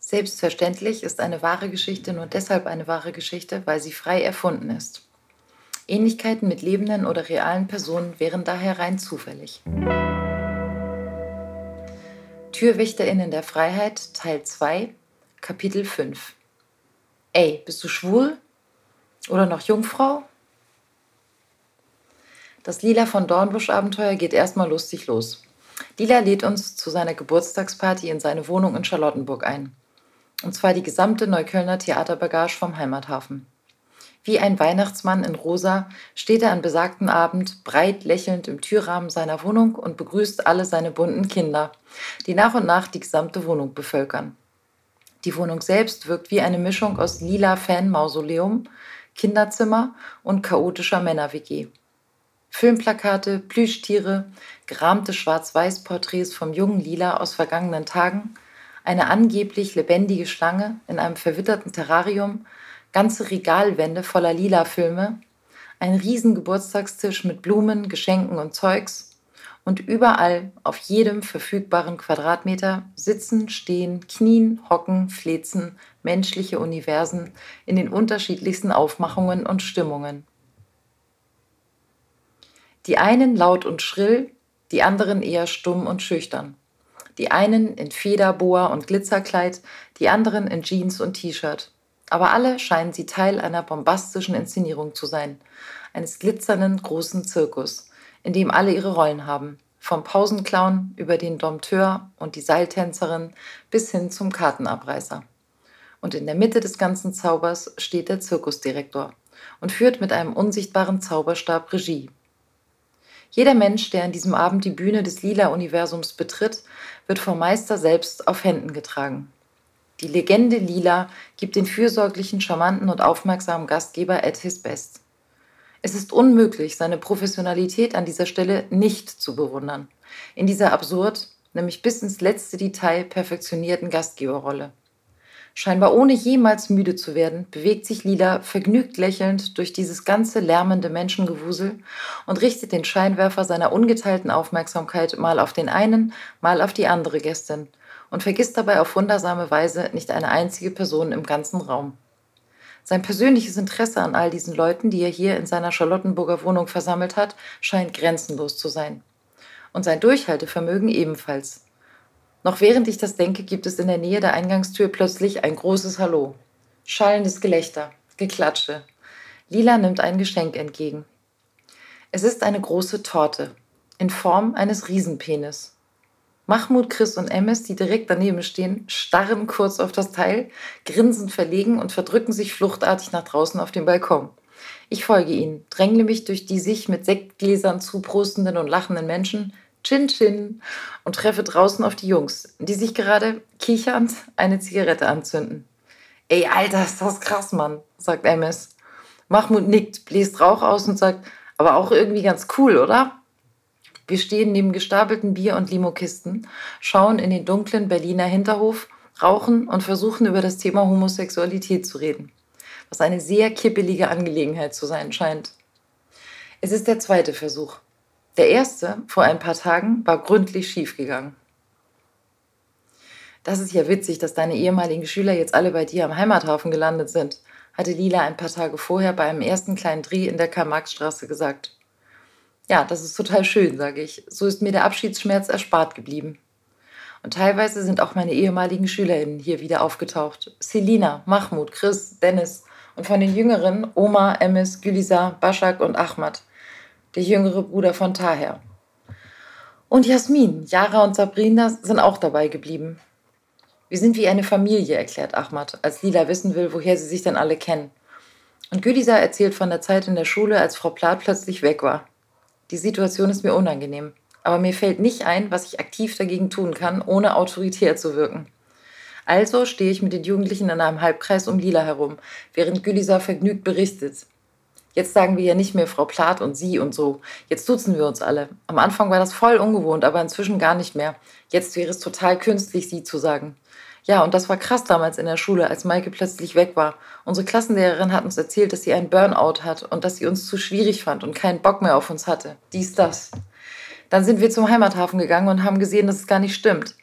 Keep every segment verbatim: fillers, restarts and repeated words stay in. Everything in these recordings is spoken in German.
Selbstverständlich ist eine wahre Geschichte nur deshalb eine wahre Geschichte, weil sie frei erfunden ist. Ähnlichkeiten mit lebenden oder realen Personen wären daher rein zufällig. TürwächterInnen der Freiheit, Teil zwei, Kapitel fünf. Ey, bist du schwul? Oder noch Jungfrau? Das Lila von Dornbusch-Abenteuer geht erstmal lustig los. Lila lädt uns zu seiner Geburtstagsparty in seine Wohnung in Charlottenburg ein. Und zwar die gesamte Neuköllner Theaterbagage vom Heimathafen. Wie ein Weihnachtsmann in Rosa steht er an besagtem Abend breit lächelnd im Türrahmen seiner Wohnung und begrüßt alle seine bunten Kinder, die nach und nach die gesamte Wohnung bevölkern. Die Wohnung selbst wirkt wie eine Mischung aus lila Fan-Mausoleum, Kinderzimmer und chaotischer Männer-W G. Filmplakate, Plüschtiere, gerahmte Schwarz-Weiß-Porträts vom jungen Lila aus vergangenen Tagen, eine angeblich lebendige Schlange in einem verwitterten Terrarium, ganze Regalwände voller Lila-Filme, ein riesen Geburtstagstisch mit Blumen, Geschenken und Zeugs und überall auf jedem verfügbaren Quadratmeter sitzen, stehen, knien, hocken, flezen menschliche Universen in den unterschiedlichsten Aufmachungen und Stimmungen. Die einen laut und schrill, die anderen eher stumm und schüchtern. Die einen in Federboa und Glitzerkleid, die anderen in Jeans und T-Shirt. Aber alle scheinen sie Teil einer bombastischen Inszenierung zu sein, eines glitzernden großen Zirkus, in dem alle ihre Rollen haben, vom Pausenclown über den Dompteur und die Seiltänzerin bis hin zum Kartenabreißer. Und in der Mitte des ganzen Zaubers steht der Zirkusdirektor und führt mit einem unsichtbaren Zauberstab Regie. Jeder Mensch, der an diesem Abend die Bühne des Lila-Universums betritt, wird vom Meister selbst auf Händen getragen. Die Legende Lila gibt den fürsorglichen, charmanten und aufmerksamen Gastgeber at his best. Es ist unmöglich, seine Professionalität an dieser Stelle nicht zu bewundern. In dieser absurd, nämlich bis ins letzte Detail perfektionierten Gastgeberrolle. Scheinbar ohne jemals müde zu werden, bewegt sich Lila vergnügt lächelnd durch dieses ganze lärmende Menschengewusel und richtet den Scheinwerfer seiner ungeteilten Aufmerksamkeit mal auf den einen, mal auf die andere Gästin und vergisst dabei auf wundersame Weise nicht eine einzige Person im ganzen Raum. Sein persönliches Interesse an all diesen Leuten, die er hier in seiner Charlottenburger Wohnung versammelt hat, scheint grenzenlos zu sein. Und sein Durchhaltevermögen ebenfalls. Noch während ich das denke, gibt es in der Nähe der Eingangstür plötzlich ein großes Hallo. Schallendes Gelächter, Geklatsche. Lila nimmt ein Geschenk entgegen. Es ist eine große Torte in Form eines Riesenpenis. Mahmoud, Chris und Emes, die direkt daneben stehen, starren kurz auf das Teil, grinsen verlegen und verdrücken sich fluchtartig nach draußen auf den Balkon. Ich folge ihnen, drängle mich durch die sich mit Sektgläsern zuprostenden und lachenden Menschen, Chin Chin, und treffe draußen auf die Jungs, die sich gerade kichernd eine Zigarette anzünden. Ey, Alter, ist das krass, Mann, sagt Emes. Mahmoud nickt, bläst Rauch aus und sagt, aber auch irgendwie ganz cool, oder? Wir stehen neben gestapelten Bier- und Limokisten, schauen in den dunklen Berliner Hinterhof, rauchen und versuchen über das Thema Homosexualität zu reden, was eine sehr kippelige Angelegenheit zu sein scheint. Es ist der zweite Versuch. Der erste, vor ein paar Tagen, war gründlich schiefgegangen. Das ist ja witzig, dass deine ehemaligen Schüler jetzt alle bei dir am Heimathafen gelandet sind, hatte Lila ein paar Tage vorher bei einem ersten kleinen Dreh in der Karl-Marx-Straße gesagt. Ja, das ist total schön, sage ich. So ist mir der Abschiedsschmerz erspart geblieben. Und teilweise sind auch meine ehemaligen SchülerInnen hier wieder aufgetaucht. Selina, Mahmoud, Chris, Dennis und von den Jüngeren Oma, Emes, Gülizar, Başak und Ahmad, der jüngere Bruder von Taher. Und Jasmin, Yara und Sabrina sind auch dabei geblieben. Wir sind wie eine Familie, erklärt Ahmad, als Lila wissen will, woher sie sich denn alle kennen. Und Gülizar erzählt von der Zeit in der Schule, als Frau Plath plötzlich weg war. Die Situation ist mir unangenehm, aber mir fällt nicht ein, was ich aktiv dagegen tun kann, ohne autoritär zu wirken. Also stehe ich mit den Jugendlichen in einem Halbkreis um Lila herum, während Gülizar vergnügt berichtet. Jetzt sagen wir ja nicht mehr Frau Plath und sie und so. Jetzt duzen wir uns alle. Am Anfang war das voll ungewohnt, aber inzwischen gar nicht mehr. Jetzt wäre es total künstlich, sie zu sagen. Ja, und das war krass damals in der Schule, als Maike plötzlich weg war. Unsere Klassenlehrerin hat uns erzählt, dass sie einen Burnout hat und dass sie uns zu schwierig fand und keinen Bock mehr auf uns hatte. Dies, das. Dann sind wir zum Heimathafen gegangen und haben gesehen, dass es gar nicht stimmt.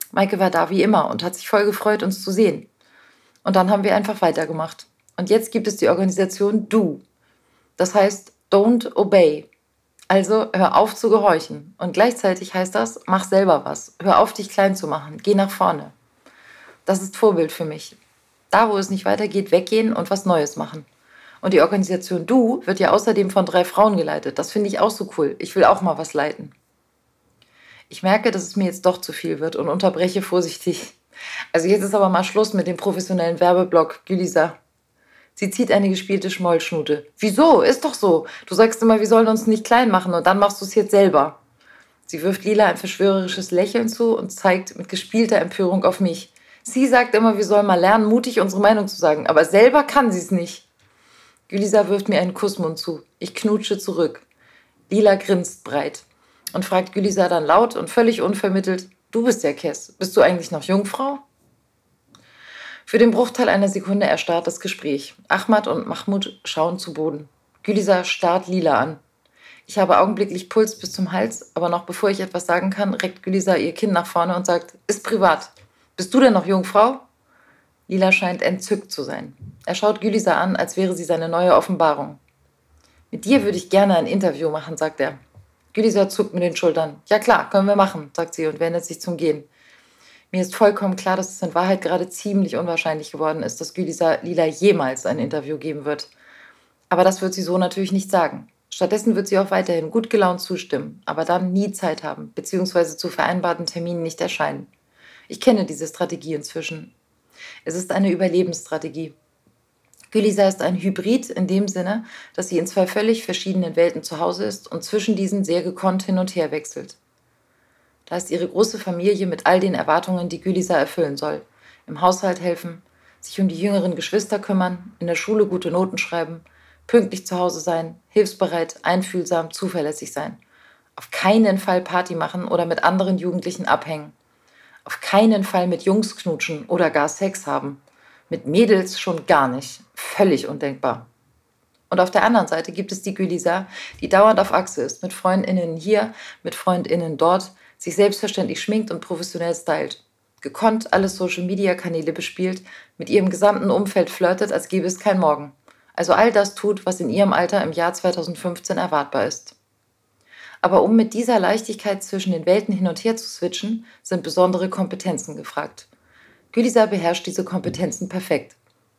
Maike war da wie immer und hat sich voll gefreut, uns zu sehen. Und dann haben wir einfach weitergemacht. Und jetzt gibt es die Organisation Do. Das heißt Don't Obey. Also hör auf zu gehorchen. Und gleichzeitig heißt das, mach selber was. Hör auf, dich klein zu machen. Geh nach vorne. Das ist Vorbild für mich. Da, wo es nicht weitergeht, weggehen und was Neues machen. Und die Organisation Du wird ja außerdem von drei Frauen geleitet. Das finde ich auch so cool. Ich will auch mal was leiten. Ich merke, dass es mir jetzt doch zu viel wird und unterbreche vorsichtig. Also jetzt ist aber mal Schluss mit dem professionellen Werbeblock, Gülisa. Sie zieht eine gespielte Schmollschnute. Wieso? Ist doch so. Du sagst immer, wir sollen uns nicht klein machen und dann machst du es jetzt selber. Sie wirft Lila ein verschwörerisches Lächeln zu und zeigt mit gespielter Empörung auf mich. Sie sagt immer, wir sollen mal lernen, mutig unsere Meinung zu sagen, aber selber kann sie es nicht. Gülisa wirft mir einen Kussmund zu. Ich knutsche zurück. Lila grinst breit und fragt Gülisa dann laut und völlig unvermittelt, du bist ja Kess, bist du eigentlich noch Jungfrau? Für den Bruchteil einer Sekunde erstarrt das Gespräch. Ahmad und Mahmud schauen zu Boden. Gülisa starrt Lila an. Ich habe augenblicklich Puls bis zum Hals, aber noch bevor ich etwas sagen kann, reckt Gülisa ihr Kinn nach vorne und sagt, ist privat. Bist du denn noch Jungfrau? Lila scheint entzückt zu sein. Er schaut Gülisa an, als wäre sie seine neue Offenbarung. Mit dir würde ich gerne ein Interview machen, sagt er. Gülisa zuckt mit den Schultern. Ja klar, können wir machen, sagt sie und wendet sich zum Gehen. Mir ist vollkommen klar, dass es in Wahrheit gerade ziemlich unwahrscheinlich geworden ist, dass Gülisa Lila jemals ein Interview geben wird. Aber das wird sie so natürlich nicht sagen. Stattdessen wird sie auch weiterhin gut gelaunt zustimmen, aber dann nie Zeit haben, beziehungsweise zu vereinbarten Terminen nicht erscheinen. Ich kenne diese Strategie inzwischen. Es ist eine Überlebensstrategie. Gülisa ist ein Hybrid in dem Sinne, dass sie in zwei völlig verschiedenen Welten zu Hause ist und zwischen diesen sehr gekonnt hin und her wechselt. Da ist ihre große Familie mit all den Erwartungen, die Gülisa erfüllen soll. Im Haushalt helfen, sich um die jüngeren Geschwister kümmern, in der Schule gute Noten schreiben, pünktlich zu Hause sein, hilfsbereit, einfühlsam, zuverlässig sein. Auf keinen Fall Party machen oder mit anderen Jugendlichen abhängen. Auf keinen Fall mit Jungs knutschen oder gar Sex haben. Mit Mädels schon gar nicht. Völlig undenkbar. Und auf der anderen Seite gibt es die Gülisa, die dauernd auf Achse ist, mit FreundInnen hier, mit FreundInnen dort, sich selbstverständlich schminkt und professionell stylt. Gekonnt alle Social-Media-Kanäle bespielt, mit ihrem gesamten Umfeld flirtet, als gäbe es kein Morgen. Also all das tut, was in ihrem Alter im Jahr zweitausendfünfzehn erwartbar ist. Aber um mit dieser Leichtigkeit zwischen den Welten hin und her zu switchen, sind besondere Kompetenzen gefragt. Gülisa beherrscht diese Kompetenzen perfekt.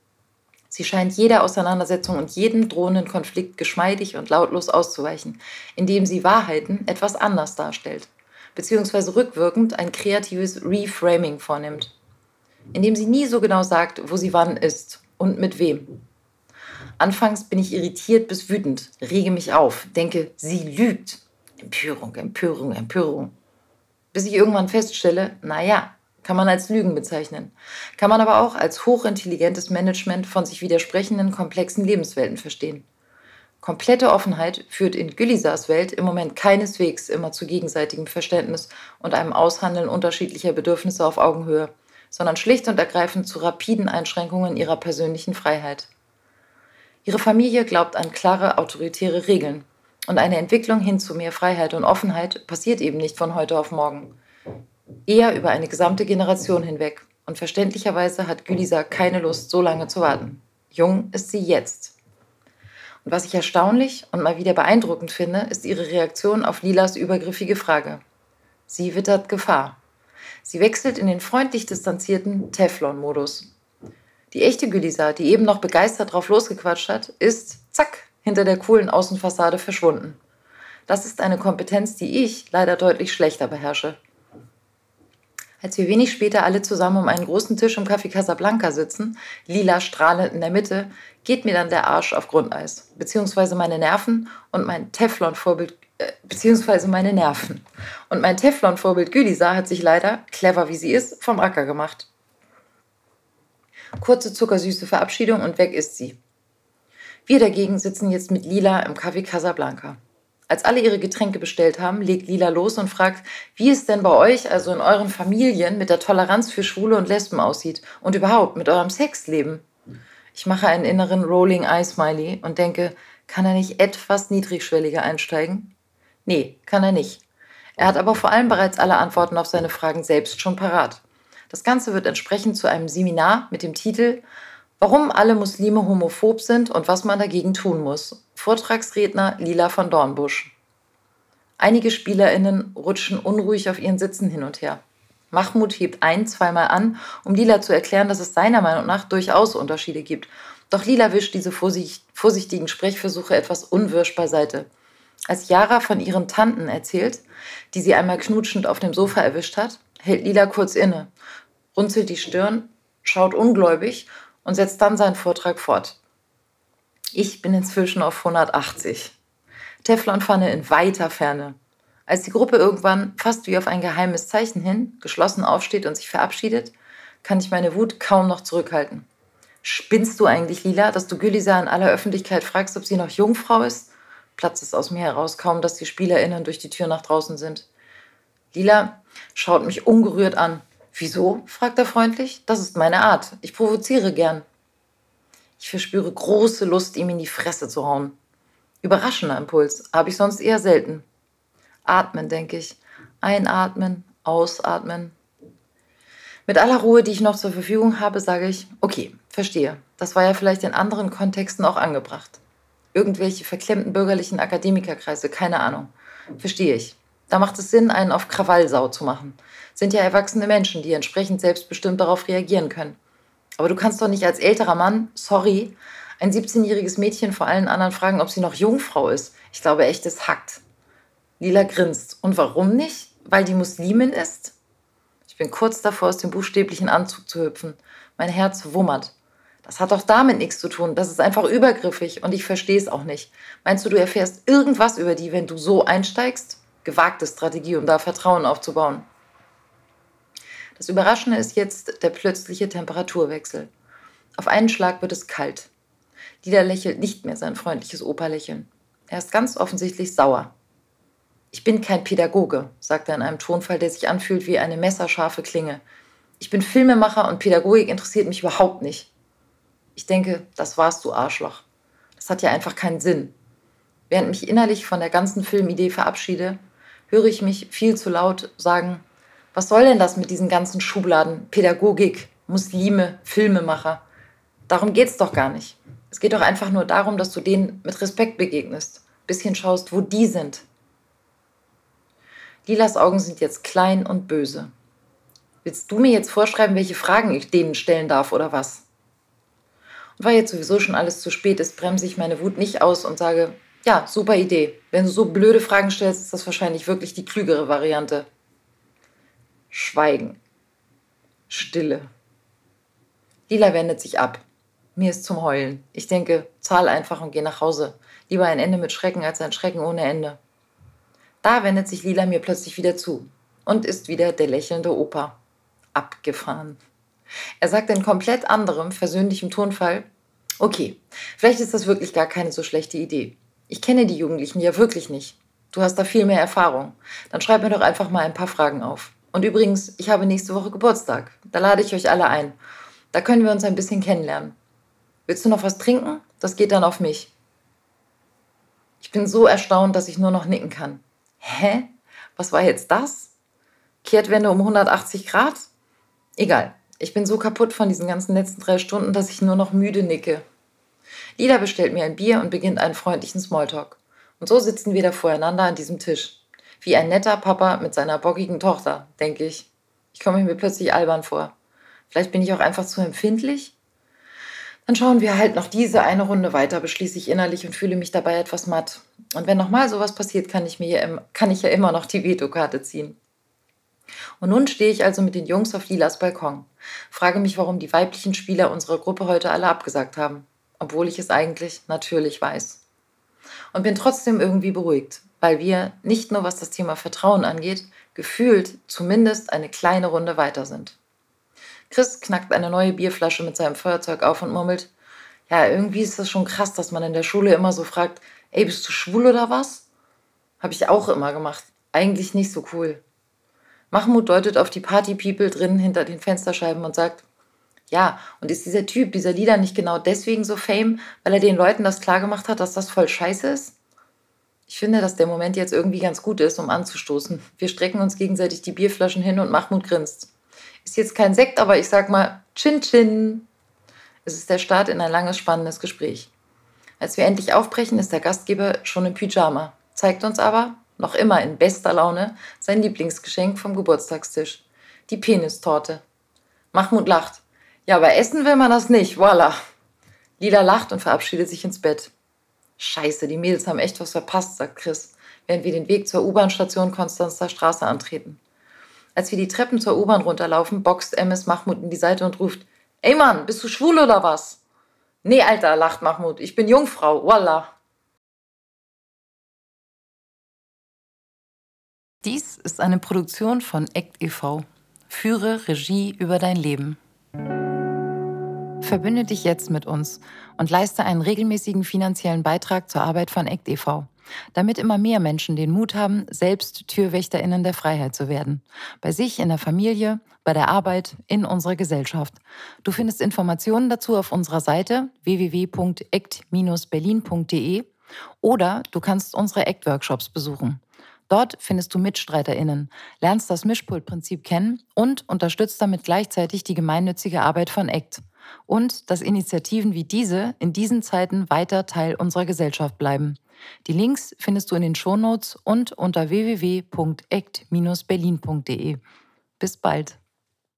Sie scheint jeder Auseinandersetzung und jedem drohenden Konflikt geschmeidig und lautlos auszuweichen, indem sie Wahrheiten etwas anders darstellt, beziehungsweise rückwirkend ein kreatives Reframing vornimmt, indem sie nie so genau sagt, wo sie wann ist und mit wem. Anfangs bin ich irritiert bis wütend, rege mich auf, denke, sie lügt. Empörung, Empörung, Empörung. Bis ich irgendwann feststelle, naja, kann man als Lügen bezeichnen. Kann man aber auch als hochintelligentes Management von sich widersprechenden, komplexen Lebenswelten verstehen. Komplette Offenheit führt in Gülisas Welt im Moment keineswegs immer zu gegenseitigem Verständnis und einem Aushandeln unterschiedlicher Bedürfnisse auf Augenhöhe, sondern schlicht und ergreifend zu rapiden Einschränkungen ihrer persönlichen Freiheit. Ihre Familie glaubt an klare, autoritäre Regeln. Und eine Entwicklung hin zu mehr Freiheit und Offenheit passiert eben nicht von heute auf morgen. Eher über eine gesamte Generation hinweg. Und verständlicherweise hat Gülisa keine Lust, so lange zu warten. Jung ist sie jetzt. Und was ich erstaunlich und mal wieder beeindruckend finde, ist ihre Reaktion auf Lilas übergriffige Frage. Sie wittert Gefahr. Sie wechselt in den freundlich distanzierten Teflon-Modus. Die echte Gülisa, die eben noch begeistert drauf losgequatscht hat, ist, zack, hinter der coolen Außenfassade verschwunden. Das ist eine Kompetenz, die ich leider deutlich schlechter beherrsche. Als wir wenig später alle zusammen um einen großen Tisch im Café Casablanca sitzen, lila strahlend in der Mitte, geht mir dann der Arsch auf Grundeis, beziehungsweise meine Nerven und mein Teflon-Vorbild, äh, beziehungsweise meine Nerven. Und mein Teflon-Vorbild Gülisa hat sich leider, clever wie sie ist, vom Acker gemacht. Kurze zuckersüße Verabschiedung und weg ist sie. Wir dagegen sitzen jetzt mit Lila im Café Casablanca. Als alle ihre Getränke bestellt haben, legt Lila los und fragt, wie es denn bei euch, also in euren Familien, mit der Toleranz für Schwule und Lesben aussieht und überhaupt mit eurem Sexleben. Ich mache einen inneren Rolling Eye Smiley und denke, kann er nicht etwas niedrigschwelliger einsteigen? Nee, kann er nicht. Er hat aber vor allem bereits alle Antworten auf seine Fragen selbst schon parat. Das Ganze wird entsprechend zu einem Seminar mit dem Titel Warum alle Muslime homophob sind und was man dagegen tun muss. Vortragsredner Lila von Dornbusch. Einige SpielerInnen rutschen unruhig auf ihren Sitzen hin und her. Mahmoud hebt ein-, zweimal an, um Lila zu erklären, dass es seiner Meinung nach durchaus Unterschiede gibt. Doch Lila wischt diese vorsicht- vorsichtigen Sprechversuche etwas unwirsch beiseite. Als Yara von ihren Tanten erzählt, die sie einmal knutschend auf dem Sofa erwischt hat, hält Lila kurz inne, runzelt die Stirn, schaut ungläubig und setzt dann seinen Vortrag fort. Ich bin inzwischen auf hundertachtzig. Teflonpfanne in weiter Ferne. Als die Gruppe irgendwann, fast wie auf ein geheimes Zeichen hin, geschlossen aufsteht und sich verabschiedet, kann ich meine Wut kaum noch zurückhalten. Spinnst du eigentlich, Lila, dass du Gülisa in aller Öffentlichkeit fragst, ob sie noch Jungfrau ist? Platzt es aus mir heraus, kaum dass die SpielerInnen durch die Tür nach draußen sind. Lila schaut mich ungerührt an. Wieso? Fragt er freundlich. Das ist meine Art. Ich provoziere gern. Ich verspüre große Lust, ihm in die Fresse zu hauen. Überraschender Impuls, habe ich sonst eher selten. Atmen, denke ich. Einatmen, ausatmen. Mit aller Ruhe, die ich noch zur Verfügung habe, sage ich, okay, verstehe. Das war ja vielleicht in anderen Kontexten auch angebracht. Irgendwelche verklemmten bürgerlichen Akademikerkreise, keine Ahnung. Verstehe ich. Da macht es Sinn, einen auf Krawallsau zu machen. Sind ja erwachsene Menschen, die entsprechend selbstbestimmt darauf reagieren können. Aber du kannst doch nicht als älterer Mann, sorry, ein siebzehnjähriges Mädchen vor allen anderen fragen, ob sie noch Jungfrau ist. Ich glaube echt, es hackt. Lila grinst. Und warum nicht? Weil die Muslimin ist? Ich bin kurz davor, aus dem buchstäblichen Anzug zu hüpfen. Mein Herz wummert. Das hat doch damit nichts zu tun. Das ist einfach übergriffig und ich verstehe es auch nicht. Meinst du, du erfährst irgendwas über die, wenn du so einsteigst? Gewagte Strategie, um da Vertrauen aufzubauen. Das Überraschende ist jetzt der plötzliche Temperaturwechsel. Auf einen Schlag wird es kalt. Lila lächelt nicht mehr sein freundliches Operlächeln. Er ist ganz offensichtlich sauer. Ich bin kein Pädagoge, sagt er in einem Tonfall, der sich anfühlt wie eine messerscharfe Klinge. Ich bin Filmemacher und Pädagogik interessiert mich überhaupt nicht. Ich denke, das war's, du Arschloch. Das hat ja einfach keinen Sinn. Während mich innerlich von der ganzen Filmidee verabschiede, höre ich mich viel zu laut sagen, was soll denn das mit diesen ganzen Schubladen? Pädagogik, Muslime, Filmemacher. Darum geht's doch gar nicht. Es geht doch einfach nur darum, dass du denen mit Respekt begegnest. Bisschen schaust, wo die sind. Lilas Augen sind jetzt klein und böse. Willst du mir jetzt vorschreiben, welche Fragen ich denen stellen darf oder was? Und weil jetzt sowieso schon alles zu spät ist, bremse ich meine Wut nicht aus und sage, ja, super Idee. Wenn du so blöde Fragen stellst, ist das wahrscheinlich wirklich die klügere Variante. Schweigen. Stille. Lila wendet sich ab. Mir ist zum Heulen. Ich denke, zahl einfach und geh nach Hause. Lieber ein Ende mit Schrecken als ein Schrecken ohne Ende. Da wendet sich Lila mir plötzlich wieder zu und ist wieder der lächelnde Opa. Abgefahren. Er sagt in komplett anderem, versöhnlichem Tonfall, okay, vielleicht ist das wirklich gar keine so schlechte Idee. Ich kenne die Jugendlichen ja wirklich nicht. Du hast da viel mehr Erfahrung. Dann schreib mir doch einfach mal ein paar Fragen auf. Und übrigens, ich habe nächste Woche Geburtstag. Da lade ich euch alle ein. Da können wir uns ein bisschen kennenlernen. Willst du noch was trinken? Das geht dann auf mich. Ich bin so erstaunt, dass ich nur noch nicken kann. Hä? Was war jetzt das? Kehrtwende um hundertachtzig Grad? Egal. Ich bin so kaputt von diesen ganzen letzten drei Stunden, dass ich nur noch müde nicke. Lila bestellt mir ein Bier und beginnt einen freundlichen Smalltalk. Und so sitzen wir da voreinander an diesem Tisch. Wie ein netter Papa mit seiner bockigen Tochter, denke ich. Ich komme mir plötzlich albern vor. Vielleicht bin ich auch einfach zu empfindlich? Dann schauen wir halt noch diese eine Runde weiter, beschließe ich innerlich und fühle mich dabei etwas matt. Und wenn nochmal sowas passiert, kann ich, mir ja im, kann ich ja immer noch die Vetokarte ziehen. Und nun stehe ich also mit den Jungs auf Lilas Balkon. Frage mich, warum die weiblichen Spieler unserer Gruppe heute alle abgesagt haben. Obwohl ich es eigentlich natürlich weiß. Und bin trotzdem irgendwie beruhigt, weil wir, nicht nur was das Thema Vertrauen angeht, gefühlt zumindest eine kleine Runde weiter sind. Chris knackt eine neue Bierflasche mit seinem Feuerzeug auf und murmelt, ja, irgendwie ist das schon krass, dass man in der Schule immer so fragt, ey, bist du schwul oder was? Habe ich auch immer gemacht. Eigentlich nicht so cool. Mahmoud deutet auf die Party-People drinnen hinter den Fensterscheiben und sagt, ja, und ist dieser Typ, dieser Leader nicht genau deswegen so fame, weil er den Leuten das klargemacht hat, dass das voll scheiße ist? Ich finde, dass der Moment jetzt irgendwie ganz gut ist, um anzustoßen. Wir strecken uns gegenseitig die Bierflaschen hin und Mahmoud grinst. Ist jetzt kein Sekt, aber ich sag mal Chin Chin. Es ist der Start in ein langes, spannendes Gespräch. Als wir endlich aufbrechen, ist der Gastgeber schon im Pyjama, zeigt uns aber, noch immer in bester Laune, sein Lieblingsgeschenk vom Geburtstagstisch. Die Penistorte. Mahmoud lacht. Ja, aber essen will man das nicht, voila. Lila lacht und verabschiedet sich ins Bett. Scheiße, die Mädels haben echt was verpasst, sagt Chris, während wir den Weg zur U-Bahn-Station Konstanzer Straße antreten. Als wir die Treppen zur U-Bahn runterlaufen, boxt M S Mahmoud in die Seite und ruft: Ey Mann, bist du schwul oder was? Nee, Alter, lacht Mahmoud, ich bin Jungfrau, voila. Dies ist eine Produktion von ACT e V. Führe Regie über dein Leben. Verbünde dich jetzt mit uns und leiste einen regelmäßigen finanziellen Beitrag zur Arbeit von ACT e V, damit immer mehr Menschen den Mut haben, selbst TürwächterInnen der Freiheit zu werden. Bei sich, in der Familie, bei der Arbeit, in unserer Gesellschaft. Du findest Informationen dazu auf unserer Seite w w w punkt act Bindestrich berlin punkt de oder du kannst unsere ACT-Workshops besuchen. Dort findest du MitstreiterInnen, lernst das Mischpult-Prinzip kennen und unterstützt damit gleichzeitig die gemeinnützige Arbeit von ACT. Und dass Initiativen wie diese in diesen Zeiten weiter Teil unserer Gesellschaft bleiben. Die Links findest du in den Shownotes und unter w w w punkt act Bindestrich berlin punkt de. Bis bald.